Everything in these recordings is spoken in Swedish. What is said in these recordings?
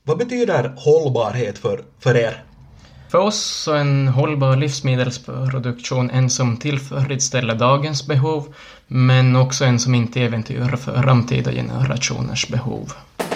Vad betyder hållbarhet för er? För oss så är en hållbar livsmedelsproduktion en som tillfredsställer dagens behov, men också en som inte äventyrar för framtida generationers behov.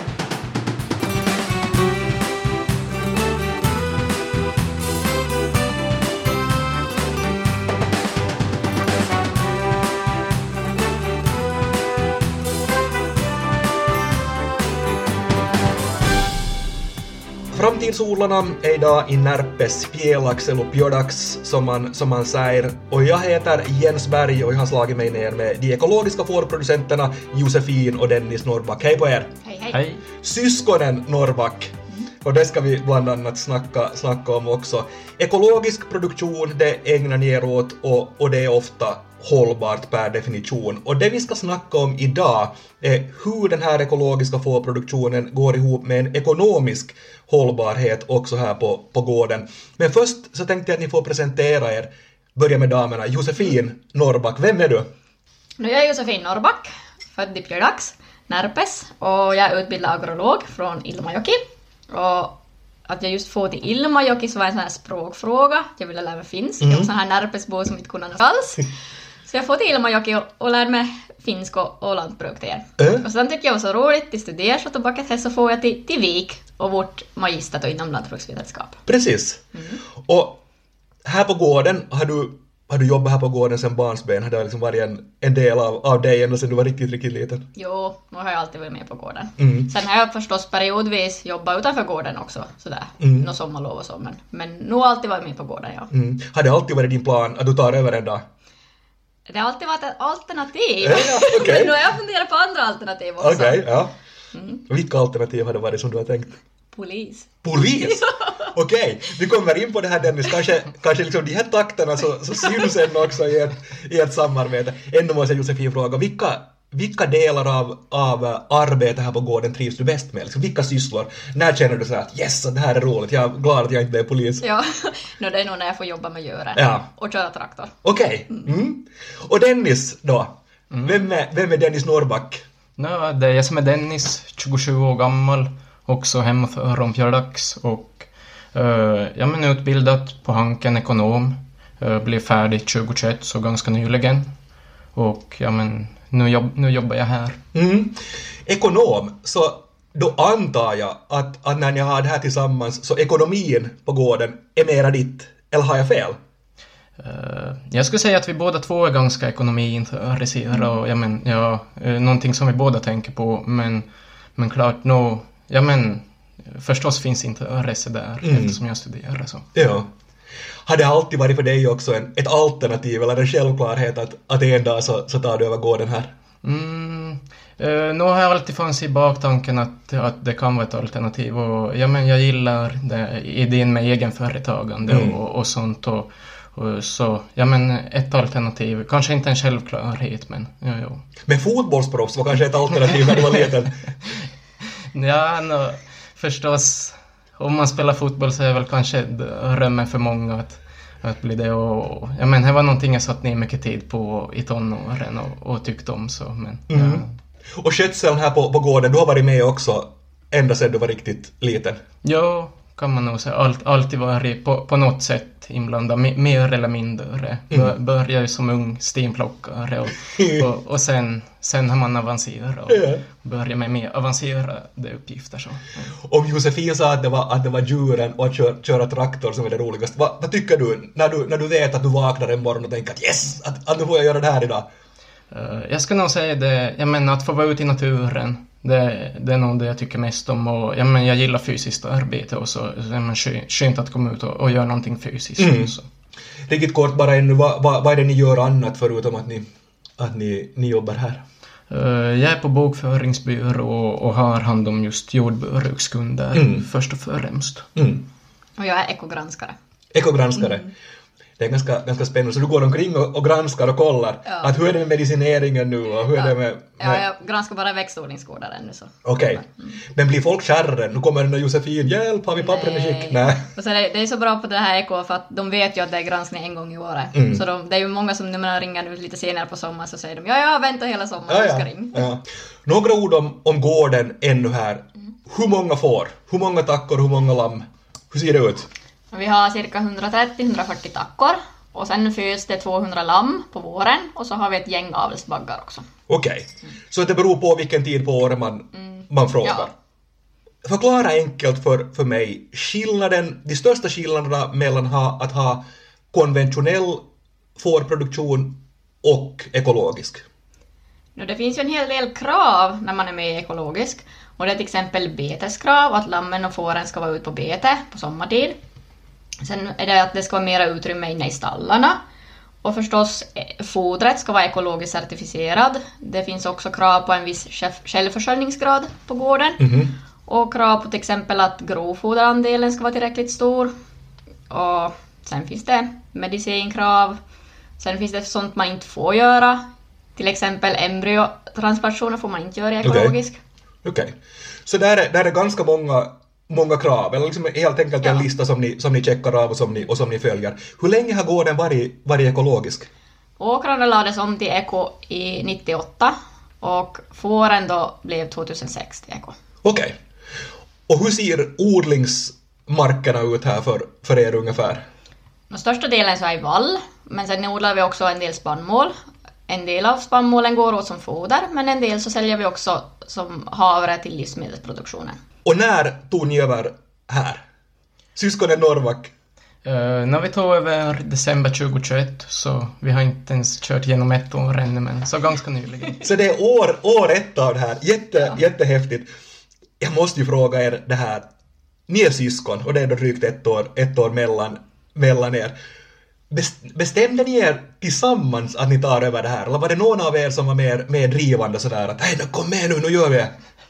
Framtidsodlarna är idag i Närpes fjällax eller pjödax som man säger. Och jag heter Jens Berg och jag har slagit mig ner med de ekologiska fårproducenterna Josefin och Dennis Norrback. Hej på er! Hej, hej. Hej! Syskonen Norrback. Och det ska vi bland annat snacka om också. Ekologisk produktion, det ägnar ni er åt och det är ofta hållbart per definition. Och det vi ska snacka om idag är hur den här ekologiska fårproduktionen går ihop med en ekonomisk hållbarhet också här på gården. Men först så tänkte jag att ni får presentera er. Börja med damerna. Josefin Norrback, vem är du? Nu är jag Josefin Norrback, född i Pjödax, Närpes, och jag är utbildad agrolog från Ilmajoki. Och att jag just får till Ilmajoki så var en sån här språkfråga. Jag ville lära mig finsk. Jag var sån här Närpesbo som inte kunde något alls. Så jag får till Ilmajoki och lärde mig finsk och lantbruk där. Och sen tycker jag var så roligt att studera så tillbaka så får jag till Vik och vårt magister inom lantbruksvetenskap. Precis. Och här på gården, har du jobbat här på gården sedan barnsben? Har det liksom varit en del av dig ända sedan du var riktigt liten? Jo, nu har jag alltid varit med på gården. Sen har jag förstås periodvis jobbat utanför gården också, sådär. Något sommarlov och så, men nu har jag alltid varit med på gården, ja. Har det alltid varit din plan att du tar över en dag? Det har alltid varit ett alternativ. Ja, okay. Men nu har jag funderat på andra alternativ också. Okej, ja. Vilka alternativ har det varit som du har tänkt? Polis. Polis? Okej, vi kommer in på det här Dennis. Kanske liksom de här takterna så syns ändå också i ett samarbete. Ändå måste jag Josefin fråga, vilka delar av arbetet här på gården trivs du bäst med? Liksom, vilka sysslor? När känner du så att yes, det här är roligt, jag är glad att jag inte blev polis? Ja, det är nog när jag får jobba med djuren och köra traktor. Okej. Och Dennis då? Vem är Dennis Norrback? Det är jag som är Dennis, 27 år gammal, också hemma från Pjödax och jag är utbildad på Hanken ekonom, blev färdig 2021 så ganska nyligen och nu jobbar jag här. Ekonom, så då antar jag att när ni har det här tillsammans så ekonomin på gården är mera ditt, eller har jag fel? Jag skulle säga att vi båda två är ganska ekonomiintresserade och någonting som vi båda tänker på, men klart förstås finns intresse där eftersom jag studerar så. Ja. Har det alltid varit för dig också ett alternativ eller en självklarhet att en dag så tar du över gården här? Nu har jag alltid funnits i baktanken att det kan vara ett alternativ och jag gillar idén med egenföretagande och sånt och så ett alternativ, kanske inte en självklarhet men ja. Men fotbollsproffs var kanske ett alternativ när du var liten? Förstås, om man spelar fotboll så är väl kanske drömmen för många att bli det och det var någonting jag satt ner mycket tid på i tonåren och tyckte om så men Och skötseln här på gården, du har varit med också ända sedan du var riktigt liten? Ja, kan man nog säga. Alltid varit på något sätt inblandad, mer eller mindre. Började ju som ung stenplockare och sen har man avancerat och börjat med mer avancerade uppgifter. Så. Om Josefin sa att det var djuren och att köra traktor som är det roligaste, vad tycker du när du vet att du vaknar en morgon och tänker att yes, att nu får jag göra det här idag? Jag ska nog säga det, att få vara ute i naturen, det är nog det jag tycker mest om och jag gillar fysiskt arbete och så skönt att komma ut och göra någonting fysiskt. Så. Riktigt kort bara ännu, vad är det ni gör annat förutom att ni jobbar här? Jag är på bokföringsbyrå och har hand om just jordbrukskunder först och främst. Och jag är ekogranskare. Ekogranskare. Det är ganska spännande. Så du går omkring och granskar och kollar att hur är det med medicineringen nu och hur är det med... Ja, jag granskar bara växtodlingsgårdar ännu så. Okej. Men blir folk kärren? Nu kommer den där Josefin, hjälp, har vi pappren i skick? Nej. Och så det är så bra på det här eko för att de vet ju att det är granskning en gång i året. Så det är ju många som när man ringer nu lite senare på sommaren så säger de ja, vänta hela sommaren, jag ska ringa. Ja. Några ord om gården ännu här. hur många får? Hur många tackor, hur många lamm? Hur ser det ut? Vi har cirka 130-140 tackor. Och sen föds det 200 lamm på våren. Och så har vi ett gäng avelsbaggar också. Okej. Så det beror på vilken tid på året man frågar. Ja. Förklara enkelt för mig de största skillnaderna mellan att ha konventionell fårproduktion och ekologisk. Det finns ju en hel del krav när man är med ekologisk. Och det är till exempel beteskrav, att lammen och fåren ska vara ute på bete på sommartid. Sen är det att det ska vara mera utrymme inne i stallarna. Och förstås, fodret ska vara ekologiskt certifierad. Det finns också krav på en viss självförsörjningsgrad på gården. Och krav på till exempel att grovfoderandelen ska vara tillräckligt stor. Och sen finns det medicinkrav. Sen finns det sånt man inte får göra. Till exempel embryotransplantationer får man inte göra i ekologisk. Okej. Så där är ganska många krav, eller liksom helt enkelt en lista som ni checkar av och som ni följer. Hur länge har gården varit ekologisk? Åkrarna lades om till eko i 98 och fåren då blev 2006 till eko. Okej. Och hur ser odlingsmarkerna ut här för er ungefär? Den största delen så är i vall, men sen odlar vi också en del spannmål. En del av spannmålen går åt som foder, men en del så säljer vi också som havre till livsmedelsproduktionen. Och när tog ni över här? Syskonen Norrback? När vi tog över december 2021, så vi har inte ens kört genom ett år ännu, men så ganska nyligen. Så det är år ett av det här. Jättehäftigt. Jag måste ju fråga er det här. Ni är syskon och det är då drygt ett år mellan er. Bestämde ni er tillsammans att ni tar över det här? Eller var det någon av er som var mer drivande sådär att hej, kom med nu gör vi det?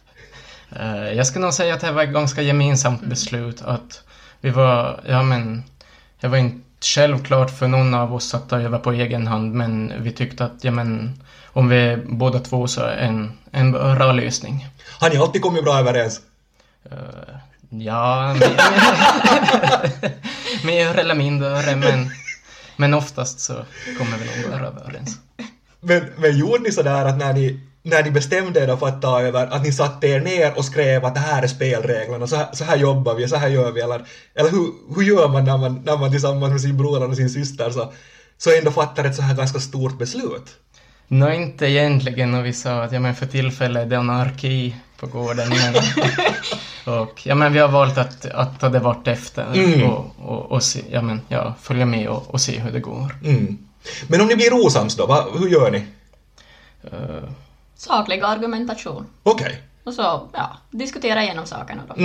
Jag skulle nog säga att det var ett ganska gemensamt beslut, att vi var, jag var inte självklart för någon av oss att ta över på egen hand, men vi tyckte att om vi är båda två så är en bra lösning. Har ni alltid kommit bra överens? Ja, mer eller mindre, men oftast så kommer vi nog bra överens. Men gjorde ni sådär att när ni bestämde er för att ta över, att ni satte er ner och skrev att det här är spelreglerna, så här jobbar vi, så här gör vi, eller hur gör man när man tillsammans med sin bror och sin syster så ändå fattar ett så här ganska stort beslut? Nej, inte egentligen, och vi sa att för tillfället är det anarki på gården. Och vi har valt att ta det vart efter och se, följa med och se hur det går. Men om ni blir osams då, hur gör ni? Saklig argumentation. Okej. Och så, diskutera igenom sakerna då.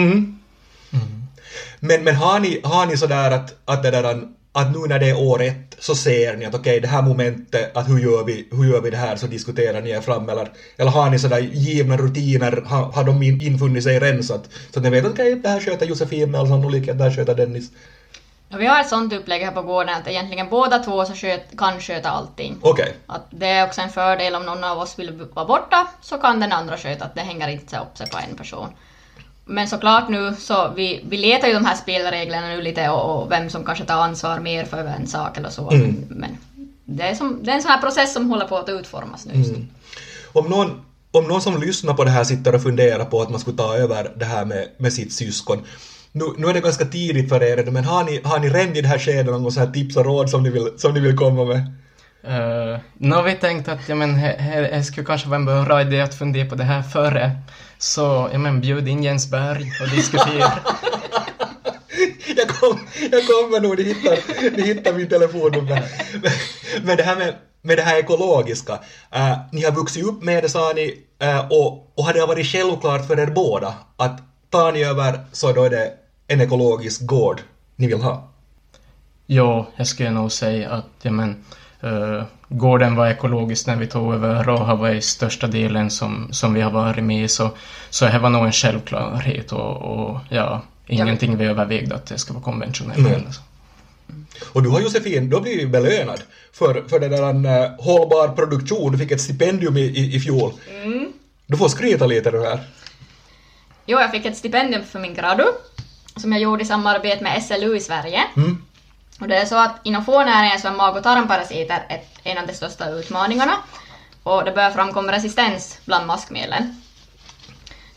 Men har ni sådär att nu när det är år ett så ser ni att okej, det här momentet, att hur gör vi det här, så diskuterar ni er fram, eller har ni sådär givna rutiner, har de infunnit sig redan så att ni vet att det här sköter Josefin med all sannolikhet, det här sköter Dennis? Vi har ett sånt upplägg här på gården att egentligen båda två så kan sköta allting. Okej. Att det är också en fördel om någon av oss vill vara borta, så kan den andra sköta, att det hänger inte upp sig på en person. Men såklart nu så vi letar ju de här spelreglerna nu lite och vem som kanske tar ansvar mer för en sak eller så. Men det är en sån här process som håller på att utformas nu just. Om någon som lyssnar på det här sitter och funderar på att man skulle ta över det här med sitt syskon. Nu är det ganska tidigt för er, men har ni redan i det här skedet någon så här tips och råd som ni vill komma med? Nu har vi tänkt att det skulle kanske vara en bra idé att fundera på det här före. Så bjud in Jens Berg och diskutera. jag kommer nog, ni hittar min telefonnummer. Men det här ekologiska, ni har vuxit upp med det, sa ni, och har det varit självklart för er båda att tar ni över så då är det en ekologisk gård ni vill ha? Ja, jag skulle nog säga att gården var ekologisk när vi tog över och har varit största delen som vi har varit med, så det var nog en självklarhet och ingenting vi övervägde att det ska vara konventionellt. Och du har, Josefin, du har blivit belönad för det där en hållbar produktion. Du fick ett stipendium i fjol. Du får skryta lite det här. Jo, jag fick ett stipendium för min gradu som jag gjorde i samarbete med SLU i Sverige. Och det är så att inom fårnäringen så är mag- och tarmparasiter en av de största utmaningarna. Och det börjar framkomma resistens bland maskmedlen.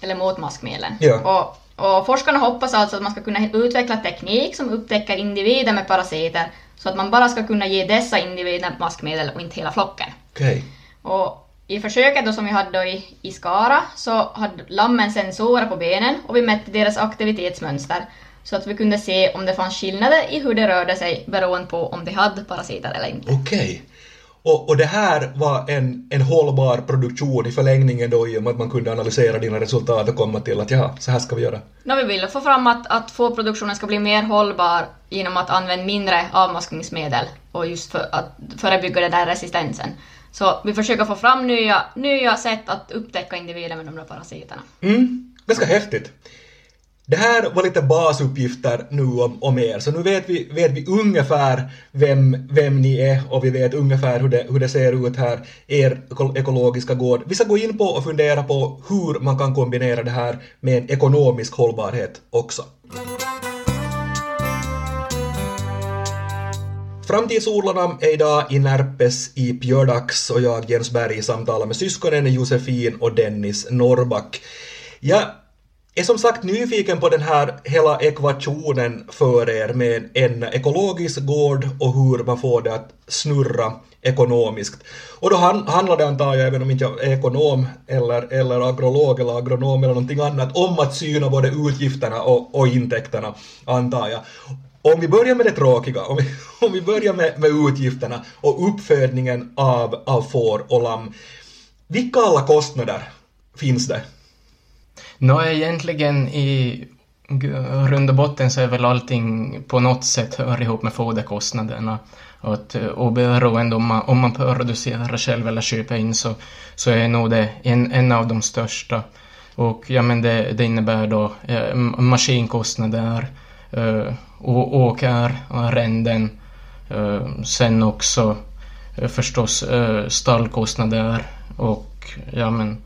eller mot maskmedlen. Ja. Och forskarna hoppas alltså att man ska kunna utveckla teknik som upptäcker individer med parasiter så att man bara ska kunna ge dessa individer maskmedel och inte hela flocken. Okej. Och i försöket då som vi hade då i Skara så hade lammen sensorer på benen och vi mätte deras aktivitetsmönster så att vi kunde se om det fanns skillnader i hur det rörde sig beroende på om de hade parasiter eller inte. Okej. Och det här var en hållbar produktion i förlängningen då i och med att man kunde analysera dina resultat och komma till att ja, så här ska vi göra. Vi ville få fram att fårproduktionen ska bli mer hållbar genom att använda mindre avmaskningsmedel och just för att förebygga den där resistensen. Så vi försöker få fram nya sätt att upptäcka individer med de där parasiterna. Ganska häftigt. Det här var lite basuppgifter nu om er, så nu vet vi ungefär vem ni är och vi vet ungefär hur det ser ut här, er ekologiska gård. Vi ska gå in på och fundera på hur man kan kombinera det här med en ekonomisk hållbarhet också. Framtidsodlarna är idag i Närpes i Pjördax och jag, Jens Berg, samtalar med syskonen Josefin och Dennis Norrback. Jag är som sagt nyfiken på den här hela ekvationen för er med en ekologisk gård och hur man får det att snurra ekonomiskt. Och då handlar det, antar jag, även om inte jag är ekonom eller agrolog eller agronom eller någonting annat, om att syna både utgifterna och intäkterna, antar jag. Om vi börjar med det tråkiga, om vi börjar med utgifterna och uppfödningen av får och lamm. Vilka alla kostnader finns det? Egentligen i grund och botten så är väl allting på något sätt hör ihop med foderkostnaderna. Och beroende om man producerar själv eller köper in så är nog det en av de största. Och ja, men det innebär då maskinkostnader, åkerarrenden, sen också förstås stallkostnader och ja men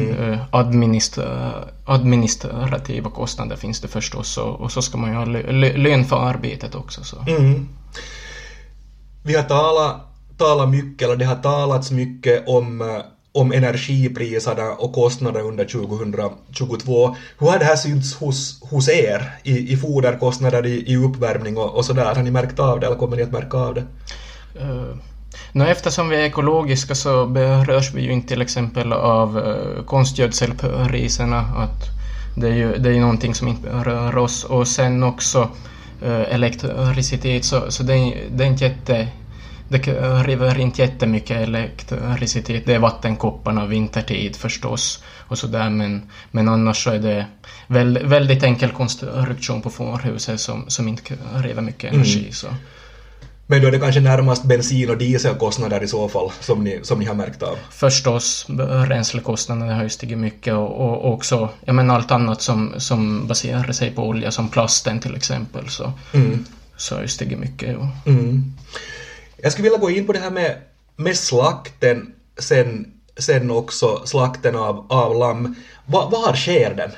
administrativa kostnader finns det förstås och så ska man ju ha lön för arbetet också. Så. Vi har talat mycket, eller det har talats mycket om energipriserna och kostnader under 2022. Hur har det här synts hos er i foderkostnader, i uppvärmning och sådär? Har ni märkt av det eller kommer ni att märka av det? Eftersom vi är ekologiska så berörs vi ju inte till exempel av konstgödselpriserna, att det är ju någonting som inte berör oss, och sen också elektricitet så det är inte det river inte jättemycket elektricitet, det är vattenkopparna vintertid förstås och sådär, men annars så är det väldigt enkel konstruktion på fårhuset som inte river mycket energi. Så. Men då är det kanske närmast bensin- och dieselkostnader i så fall som ni har märkt av? Förstås, bränslekostnaderna har ju stigit mycket och också allt annat som baserar sig på olja, som plasten till exempel, så har ju stigit mycket. Jag skulle vilja gå in på det här med slakten sen också, slakten av lamm. Var sker den?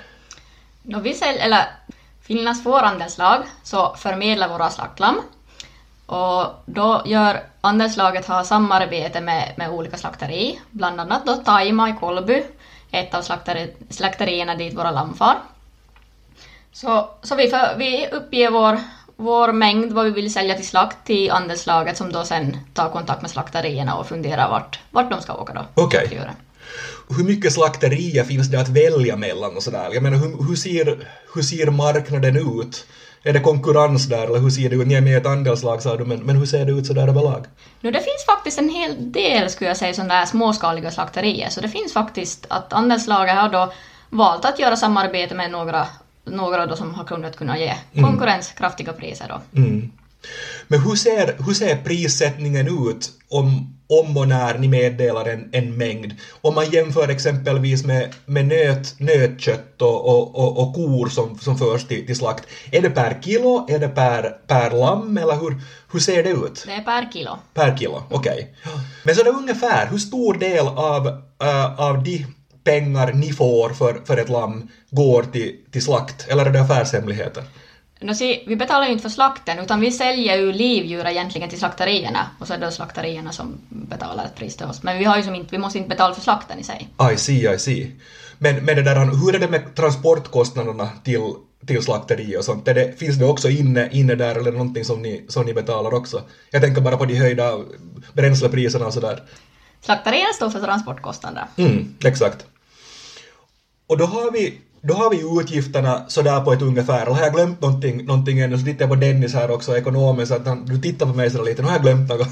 Finlands fårandelslag så förmedlar våra slaktlamm. Och då gör andelslaget samarbete med olika slakteri, bland annat då Taima i Kolby, ett av slakterierna dit våra lamm far. Så vi uppger vår mängd, vad vi vill sälja till slakt, till andelslaget som då sen tar kontakt med slakterierna och funderar vart de ska åka då. Okej. Hur mycket slakterier finns det att välja mellan och sådär? Jag menar, hur ser marknaden ut? Är det konkurrens där, eller hur ser det ut? Ni är med ett andelslag, sa du, men hur ser det ut så där överlag? Det finns faktiskt en hel del, skulle jag säga, sådana där småskaliga slakterier. Så det finns faktiskt att andelslaget har då valt att göra samarbete med några då som har kunnat kunna ge konkurrenskraftiga priser då. Men hur ser prissättningen ut om och när ni meddelar en mängd? Om man jämför exempelvis med nötkött och kor som förs till slakt. Är det per kilo? Är det per lamm? Eller hur ser det ut? Det är per kilo. Per kilo, okej. Men så det ungefär, hur stor del av de pengar ni får för ett lamm går till slakt? Eller är det affärshemligheter? Vi betalar ju inte för slakten, utan vi säljer ju livdjur egentligen till slakterierna, och så är det slakterierna som betalar ett pris till oss. Men vi måste inte betala för slakten i sig. I see. Men det där, hur är det med transportkostnaderna till slakteri och sånt? Finns det också inne där eller någonting som ni betalar också? Jag tänker bara på de höjda bränslepriserna och sådär. Slakterierna står för transportkostnader. Exakt. Och då har vi utgifterna sådär på ett ungefär. Och har jag glömt någonting ännu så tittar jag på Dennis här också ekonomiskt. Att du tittar på mig sådär lite. Nu har jag glömt något.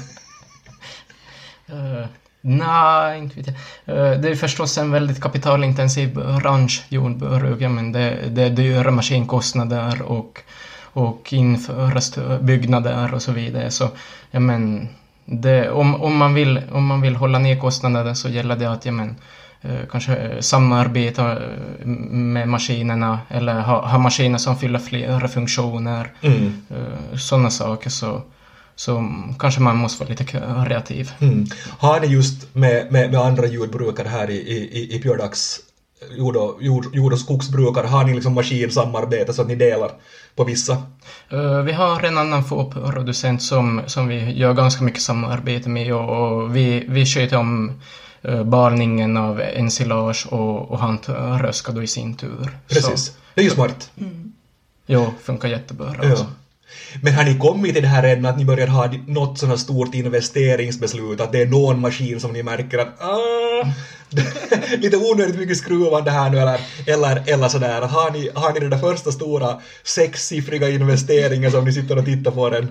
Nej, inte vet jag. Det är förstås en väldigt kapitalintensiv bransch, jordbruk. Men det är dyra maskinkostnader och införa byggnader och så vidare. Så ja, men om man vill hålla ner kostnaderna så gäller det att kanske samarbeta med maskinerna eller ha maskiner som fyller flera funktioner. Sådana saker så kanske man måste vara lite kreativ. Har ni just med andra jordbrukare här i Pjördax jord- och skogsbrukare, har ni liksom maskinsamarbete så att ni delar på vissa? Vi har en annan fårproducent som vi gör ganska mycket samarbete med och vi sköter om balningen av ensilage och han röskar då i sin tur. Precis, så, det är ju smart. Jo, funkar jättebra. Ja. Alltså. Men har ni kommit till det här än att ni börjar ha något sådant stort investeringsbeslut, att det är någon maskin som ni märker att lite onödigt mycket skruvande här nu eller sådär. Har ni den där första stora sexsiffriga investeringen som ni sitter och tittar på den?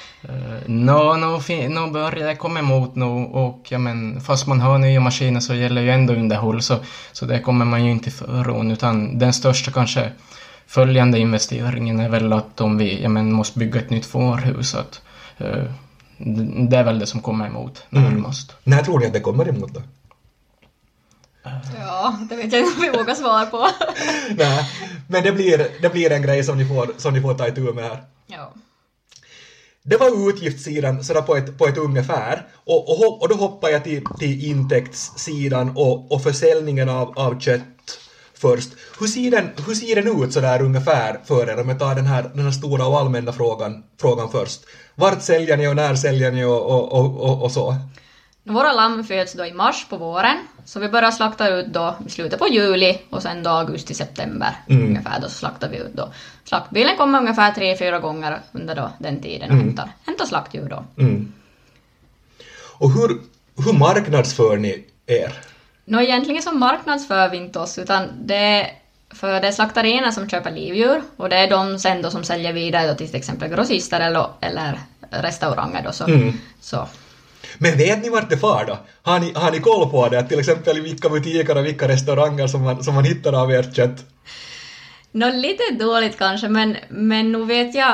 Nu börjar det komma emot nu och fast man har nya maskiner så gäller ju ändå underhåll så det kommer man ju inte ifrån, utan den största kanske följande investeringen är väl att om vi måste bygga ett nytt fårhus, att det är väl det som kommer emot närmast. När tror ni att det kommer emot då? Ja, det vet jag inte om vi vågar svara på. Nej, men det blir en grej som ni får ta itu med här. Ja. Det var utgiftssidan sådär på ett ungefär och då hoppar jag till intäktssidan och försäljningen av kött först. Hur ser den ut sådär ungefär för er, om jag tar den här stora och allmänna frågan först? Vart säljer ni och när säljer ni och så? Våra lamm föds då i mars på våren, så vi börjar slakta ut då i slutet på juli och sen då augusti-september ungefär, då slaktar vi ut då. Slaktbilen kommer ungefär 3-4 gånger under då den tiden och hämtar slaktdjur då. Och hur marknadsför ni er? Egentligen så marknadsför vi inte oss, utan det är slakterierna som köper livdjur och det är de sen då som säljer vidare då till exempel grossister eller restauranger då så. Men vet ni vart det far då? Har ni koll på det? Att till exempel i vilka butiker och vilka restauranger som man hittar av ert kött? Lite dåligt kanske, men nu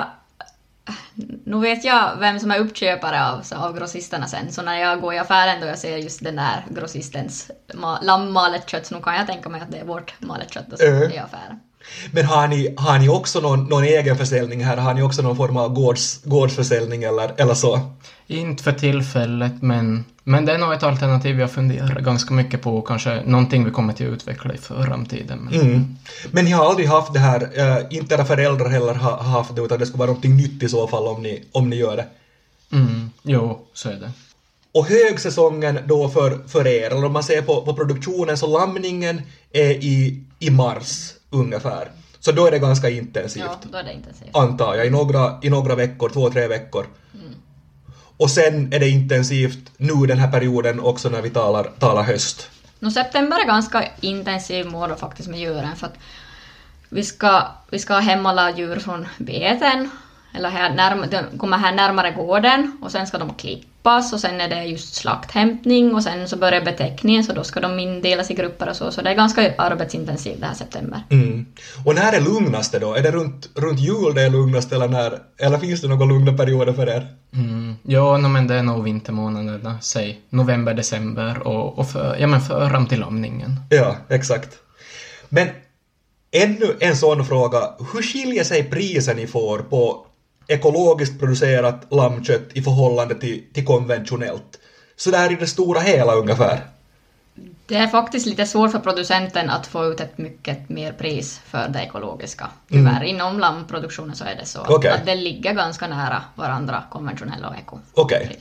vet jag vem som är uppköpare av grossisterna sen. Så när jag går i affären då jag ser just den där grossistens lammmalet kött, så nu kan jag tänka mig att det är vårt malet kött i affären. Men har ni också någon egen försäljning här? Har ni också någon form av gårdsförsäljning eller så? Inte för tillfället, men det är nog ett alternativ jag funderar ganska mycket på, kanske någonting vi kommer till att utveckla i framtiden. Men ni har aldrig haft det här, inte era föräldrar heller har haft det, utan det ska vara någonting nytt i så fall om ni gör det? Jo, så är det. Och högsäsongen då för er, eller om man ser på produktionen, så lamningen är i mars ungefär. Så då är det ganska intensivt. Ja, då är det intensivt. Antar jag, i några veckor, 2-3 veckor. Och sen är det intensivt nu den här perioden också när vi talar höst. September är ganska intensiv månad faktiskt med djuren, för att vi ska hem alla djur från beten, eller de kommer här närmare gården och sen ska de klippas och sen är det just slakthämtning och sen så börjar beteckningen, så då ska de indelas i grupper och så det är ganska arbetsintensivt det här september. Och när är det lugnaste då? Är det runt jul det är lugnast eller finns det några lugna perioder för er? Ja, men det är nog vintermånaderna, säg november, december och fram till lamningen. Ja, exakt. Men ännu en sån fråga, hur skiljer sig priset ni får på ekologiskt producerat lammkött i förhållande till konventionellt? Så där i det stora hela ungefär. Det är faktiskt lite svårt för producenten att få ut ett mycket mer pris för det ekologiska. Tyvärr, inom lammproduktionen så är det så att det ligger ganska nära varandra, konventionella och eko. Okej.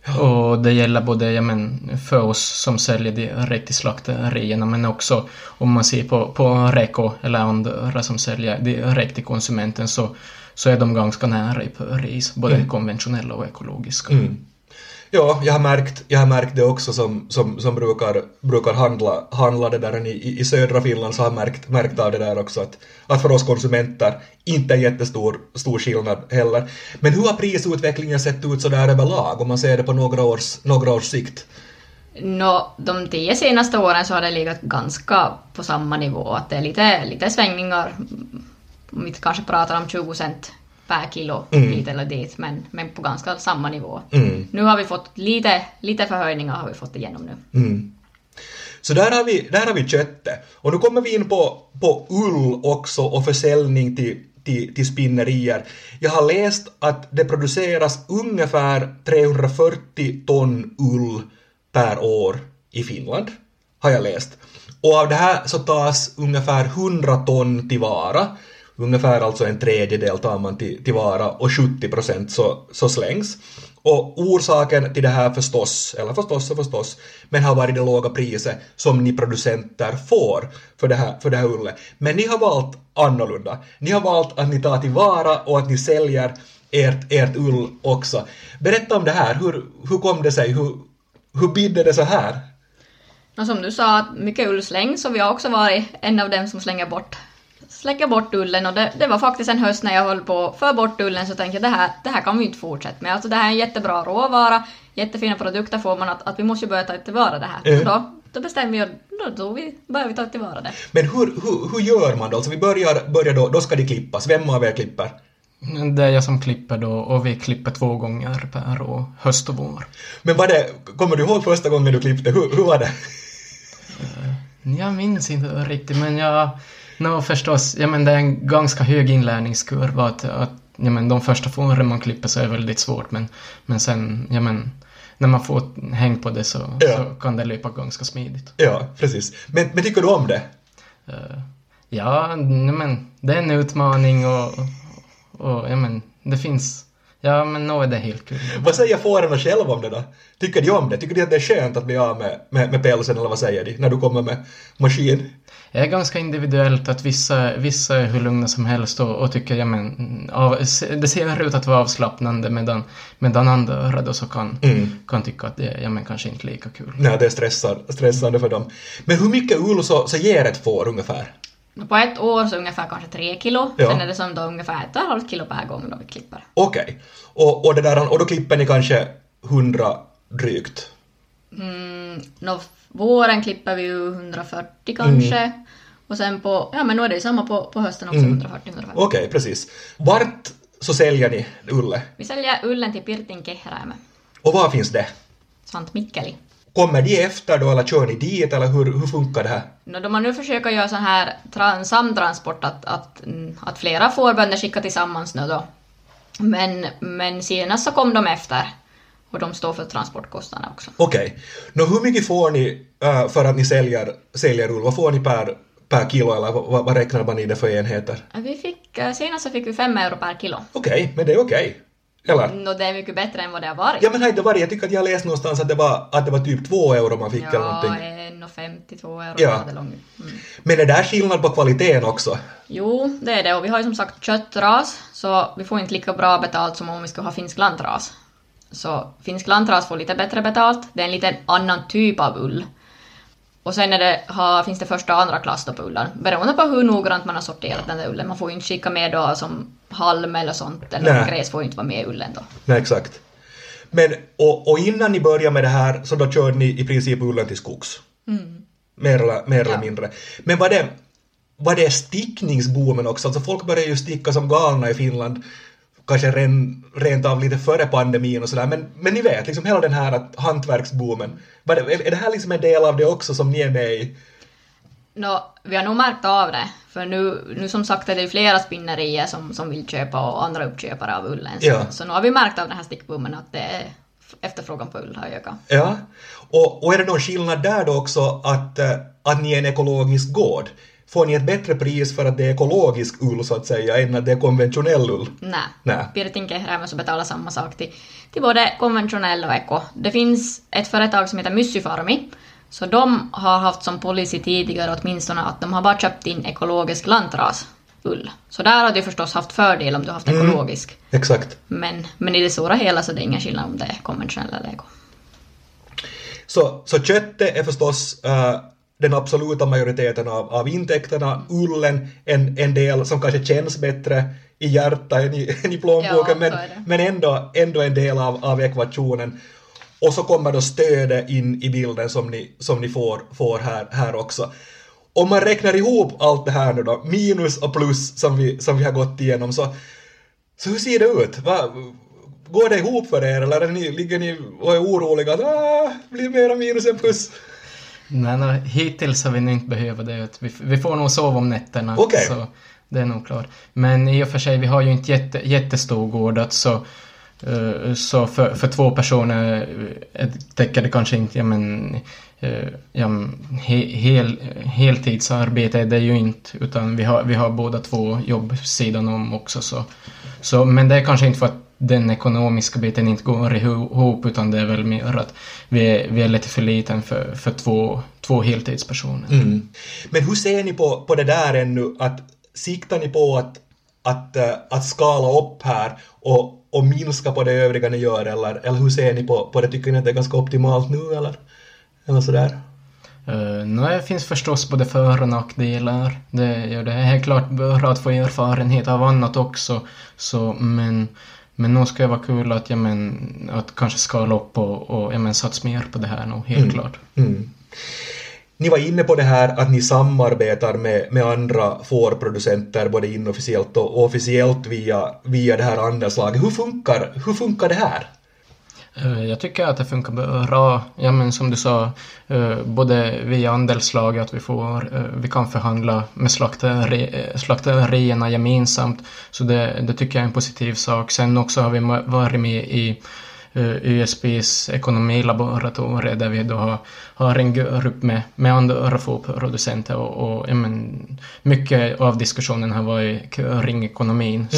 Och det gäller både för oss som säljer direkt till slakterierna, men också om man ser på Reko eller andra som säljer direkt till konsumenten, så är de ganska nära i pris, både konventionella och ekologiska. Ja, jag har märkt det också som brukar handla det där i södra Finland, så har märkt av det där också att för oss konsumenter inte är jättestor skillnad heller. Men hur har prisutvecklingen sett ut så där överlag om man ser det på några års sikt? De 10 senaste åren så har det legat ganska på samma nivå, att det är lite svängningar, om vi kanske pratar om 20 cent per kilo hit eller dit, men på ganska samma nivå. Nu har vi fått lite förhöjningar har vi fått igenom nu. Så där har vi köttet. Och nu kommer vi in på ull också och försäljning till spinnerier. Jag har läst att det produceras ungefär 340 ton ull per år i Finland, har jag läst. Och av det här så tas ungefär 100 ton tillvara. Ungefär alltså en tredjedel tar man tillvara och 70% så slängs. Och orsaken till det här förstås, men har varit det låga priset som ni producenter får för det här ullet. Men ni har valt annorlunda. Ni har valt att ni tar tillvara och att ni säljer ert ull också. Berätta om det här. Hur kom det sig? Hur bidde det så här? Som du sa, att mycket ull slängs, och vi har också varit en av dem som slänger bort ullen, och det var faktiskt en höst när jag höll på för bort ullen, så tänkte jag det här kan vi inte fortsätta med. Alltså det här är en jättebra råvara, jättefina produkter får man, att vi måste börja ta tillvara det här. Då bestämde vi, och då började vi ta tillvara det. Men hur gör man då? Alltså vi börjar då ska det klippas. Vem av er klipper? Det är jag som klipper då, och vi klipper 2 gånger per år, höst och vår. Men kommer du ihåg första gången du klippte? Hur var det? Jag minns inte riktigt, men förstås, det är en ganska hög inlärningskurva att de första fåren man klipper så är väldigt svårt, men sen, när man får häng på det så kan det löpa ganska smidigt. Ja, precis. Men tycker du om det? Det är en utmaning och det finns, nog är det helt kul. Vad säger fårarna själva om det då? Tycker de om det? Tycker de att det är skönt att bli av med pälsen, eller vad säger de när du kommer med maskin? Det är ganska individuellt, att vissa är hur lugna som helst och tycker det ser ut att vara avslappnande, medan andra då så kan tycka att det är kanske inte lika kul. Nej, det är stressande för dem. Men hur mycket ull så ger ett får ungefär? På ett år så ungefär kanske 3 kilo. Ja. Sen är det som då ungefär 1,5 kilo per gång då vi klipper. Okej. Och då klipper ni kanske 100 drygt? Våren klipper vi ju 140 kanske. Och sen men nu är det ju samma på hösten också, 140-150. Okej, precis. Vart så säljer ni ullen? Vi säljer ullen till Pirtin Kehrämä. Och var finns det? Sant Mikkeli. Kommer de efter då, eller kör ni dit, eller hur funkar det här? Då man nu försöker göra sån här samtransport, att flera fårbönder skickar tillsammans nu då. Men senast så kom de efter, och de står för transportkostnaderna också. Okej. Hur mycket får ni för att ni säljer ull? Vad får ni per kilo, eller vad räknar man i det för enheter? Senast så fick vi 5 euro per kilo. Okej, men det är okej. Eller? Det är mycket bättre än vad det har varit. Ja, men har inte varit. Jag tycker att jag läst någonstans att det var typ 2 euro man fick eller någonting. Ja, 1,52 euro. Ja. Men är det där skillnad på kvaliteten också? Jo, det är det. Och vi har ju som sagt köttras, så vi får inte lika bra betalt som om vi skulle ha finsk lantras. Så finsk lantras får lite bättre betalt. Det är en lite annan typ av ull. Och sen finns det första och andra klass på ullen. Beroende på hur noggrant man har sorterat den där ullen. Man får ju inte skicka med då som halm eller sånt. Eller gräs får ju inte vara med i ullen då. Nej, exakt. Men, och innan ni börjar med det här så då körde ni i princip ullen till skogs. Mer eller mindre. Men var det stickningsboomen också? Alltså folk började ju sticka som galna i Finland. Kanske rent av lite före pandemin och sådär. Men ni vet, liksom hela den här hantverksboomen. Är det här liksom en del av det också som ni är med i? Vi har nog märkt av det. För nu som sagt är det flera spinnerier som vill köpa, och andra uppköpare av ullen. Så nu har vi märkt av den här stickboomen att det är efterfrågan på ull har ökat. Ja, och är det någon skillnad där då också att ni är en ekologisk gård? får ni ett bättre pris för att det är ekologisk ull så att säga än att det är konventionell ull? Nej. Pirtinkehrää måste betala samma sak till både konventionell och eko. Det finns ett företag som heter Myssyfarmi, så de har haft som policy tidigare åtminstone att de har bara köpt in ekologisk lantrasull. Så där har du förstås haft fördel om du har haft ekologisk. Exakt. Men i det stora hela så är det ingen skillnad om det är konventionell eller eko. Så köttet är förstås den absoluta majoriteten av intäkterna, ullen en del som kanske känns bättre i hjärtat än i plånboken, men ändå en del av ekvationen. Och så kommer då stödet in i bilden som ni får här också. Om man räknar ihop allt det här nu då, minus och plus som vi har gått igenom, så hur ser det ut? Går det ihop för er, eller ligger ni och är oroliga att blir mera minus än plus? Nej, hittills har vi nog inte behövt det. Vi får nog sova om nätterna, så det är nog klart. Men i och för sig, vi har ju inte jättestor gård, så för 2 personer täcker det kanske inte, heltidsarbete är det ju inte, utan vi har båda 2 jobb sidan om också, så men det är kanske inte för att den ekonomiska biten inte går ihop, utan det är väl mer att vi är lite för liten för två heltidspersoner. Men hur ser ni på det där ännu? Att siktar ni på att skala upp här och minska på det övriga ni gör, eller hur ser ni på det? Tycker ni att det är ganska optimalt nu, eller sådär? Det finns förstås både för- och nackdelar. Det gör det helt klart bra att få erfarenhet av annat också, men nog ska det vara kul att kanske skala upp och satsa mer på det här nog, helt klart. Ni var inne på det här att ni samarbetar med andra fårproducenter både inofficiellt och officiellt via det här andelslaget. Hur funkar det här? Jag tycker att det funkar bra. Som du sa, både via andelslaget att vi kan förhandla med slakterierna gemensamt. Så det tycker jag är en positiv sak. Sen också har vi varit med i USBs ekonomilaboratorium, där vi då har en grupp med andra fårproducenter och mycket av diskussionen har varit kring ekonomin.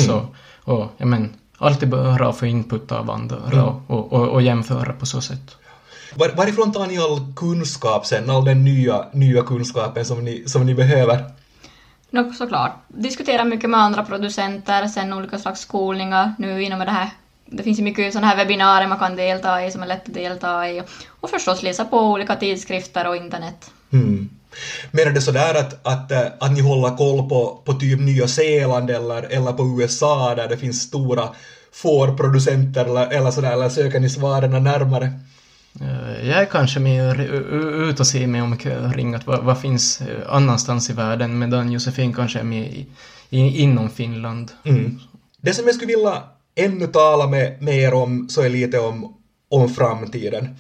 Alltid bra att få input av andra och jämföra på så sätt. Varifrån tar ni all kunskap sen, all den nya kunskapen som ni behöver? Såklart. Diskutera mycket med andra producenter, sen olika slags skolningar nu inom det här. Det finns ju mycket sådana här webbinarier man kan delta i som är lätt att delta i. Och förstås läsa på olika tidskrifter och internet. Menar det sådär att ni håller koll på typ Nya Zeeland eller på USA där det finns stora fårproducenter eller sådär, eller söker ni svaren närmare? Jag är kanske mer ut och ser mig omkring att vad finns annanstans i världen, medan Josefin kanske är med inom Finland. Det som jag skulle vilja ännu tala med er om så är lite om framtiden.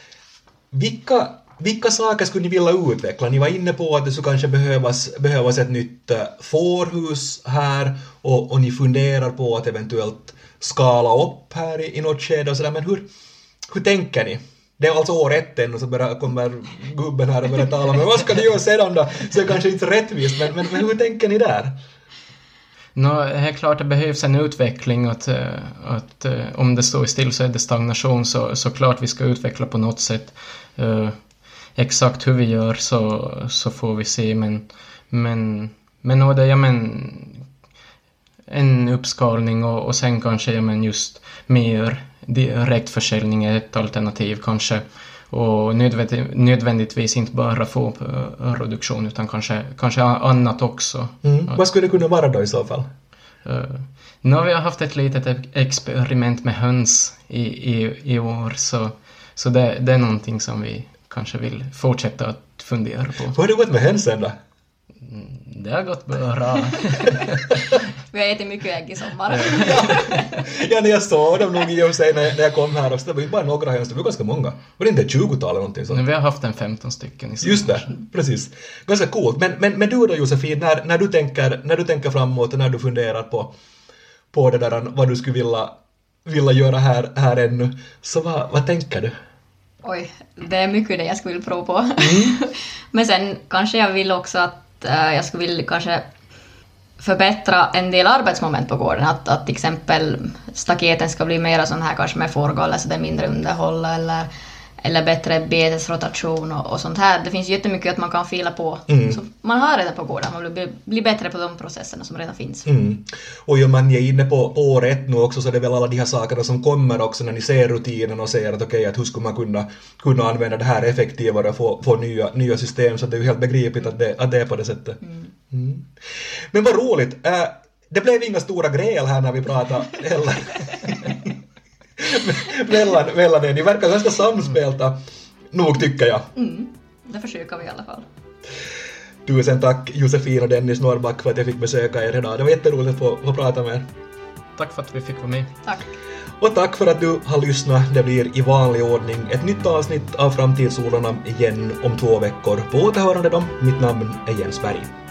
Vilka saker skulle ni vilja utveckla? Ni var inne på att det skulle kanske behövas ett nytt fårhus här och ni funderar på att eventuellt skala upp här i något skede och sådär. Men hur tänker ni? Det är alltså år 1 än och så kommer gubben här och börjar tala med vad ska ni göra sedan då? Så det kanske inte är rättvist, men hur tänker ni där? Helt klart det behövs en utveckling, att om det står still så är det stagnation, så klart vi ska utveckla på något sätt. Exakt hur vi gör så får vi se, men en uppskalning och sen kanske just mer direktförsäljning är ett alternativ kanske, och nödvändigtvis inte bara få produktion utan kanske annat också. Vad skulle det kunna vara då i så fall? Nu har vi haft ett litet experiment med höns i år, så det är någonting som vi kanske vill fortsätta att fundera på. Hur har det gått med hönsen då? Det har gått bra. Vi har ätit mycket ägg i sommar. Ja, när jag såg dem nog i och sig när jag kom här, och det var ju bara några höns, det var ganska många. Var det inte 20-tal eller någonting sånt? Vi har haft 15 stycken i sommar. Just det, precis. Ganska coolt. Men du då Josefin, när du tänker framåt och när du funderar på det där, vad du skulle vilja göra här ännu, så vad tänker du? Oj, det är mycket det jag skulle prova på. Men sen kanske jag vill också att jag skulle vilja kanske förbättra en del arbetsmoment på gården. Att till exempel staketen ska bli mer sån här kanske med fårgaller så det är mindre underhåll eller bättre betesrotation och sånt här. Det finns jättemycket att man kan fila på. Så man har redan på gården. Man blir bättre på de processerna som redan finns. Och om man är inne på år 1 nu också så är det väl alla de här sakerna som kommer också när ni ser rutinen och ser att okej, att hur skulle man kunna använda det här effektivare och få nya system, så det är ju helt begripligt att det är på det sättet. Men vad roligt. Det blev inga stora gräl här när vi pratade heller. mellan er. Ni verkar ganska samspelta nog, tycker jag. Det försöker vi i alla fall. Tusen tack Josefin och Dennis Norrback för att jag fick besöka er idag. Det var jätteroligt att få prata med er. Tack för att vi fick vara med. Tack. Och tack för att du har lyssnat. Det blir i vanlig ordning ett nytt avsnitt av Framtidssolarna igen om 2 veckor. På återhörande då. Mitt namn är Jens Berg.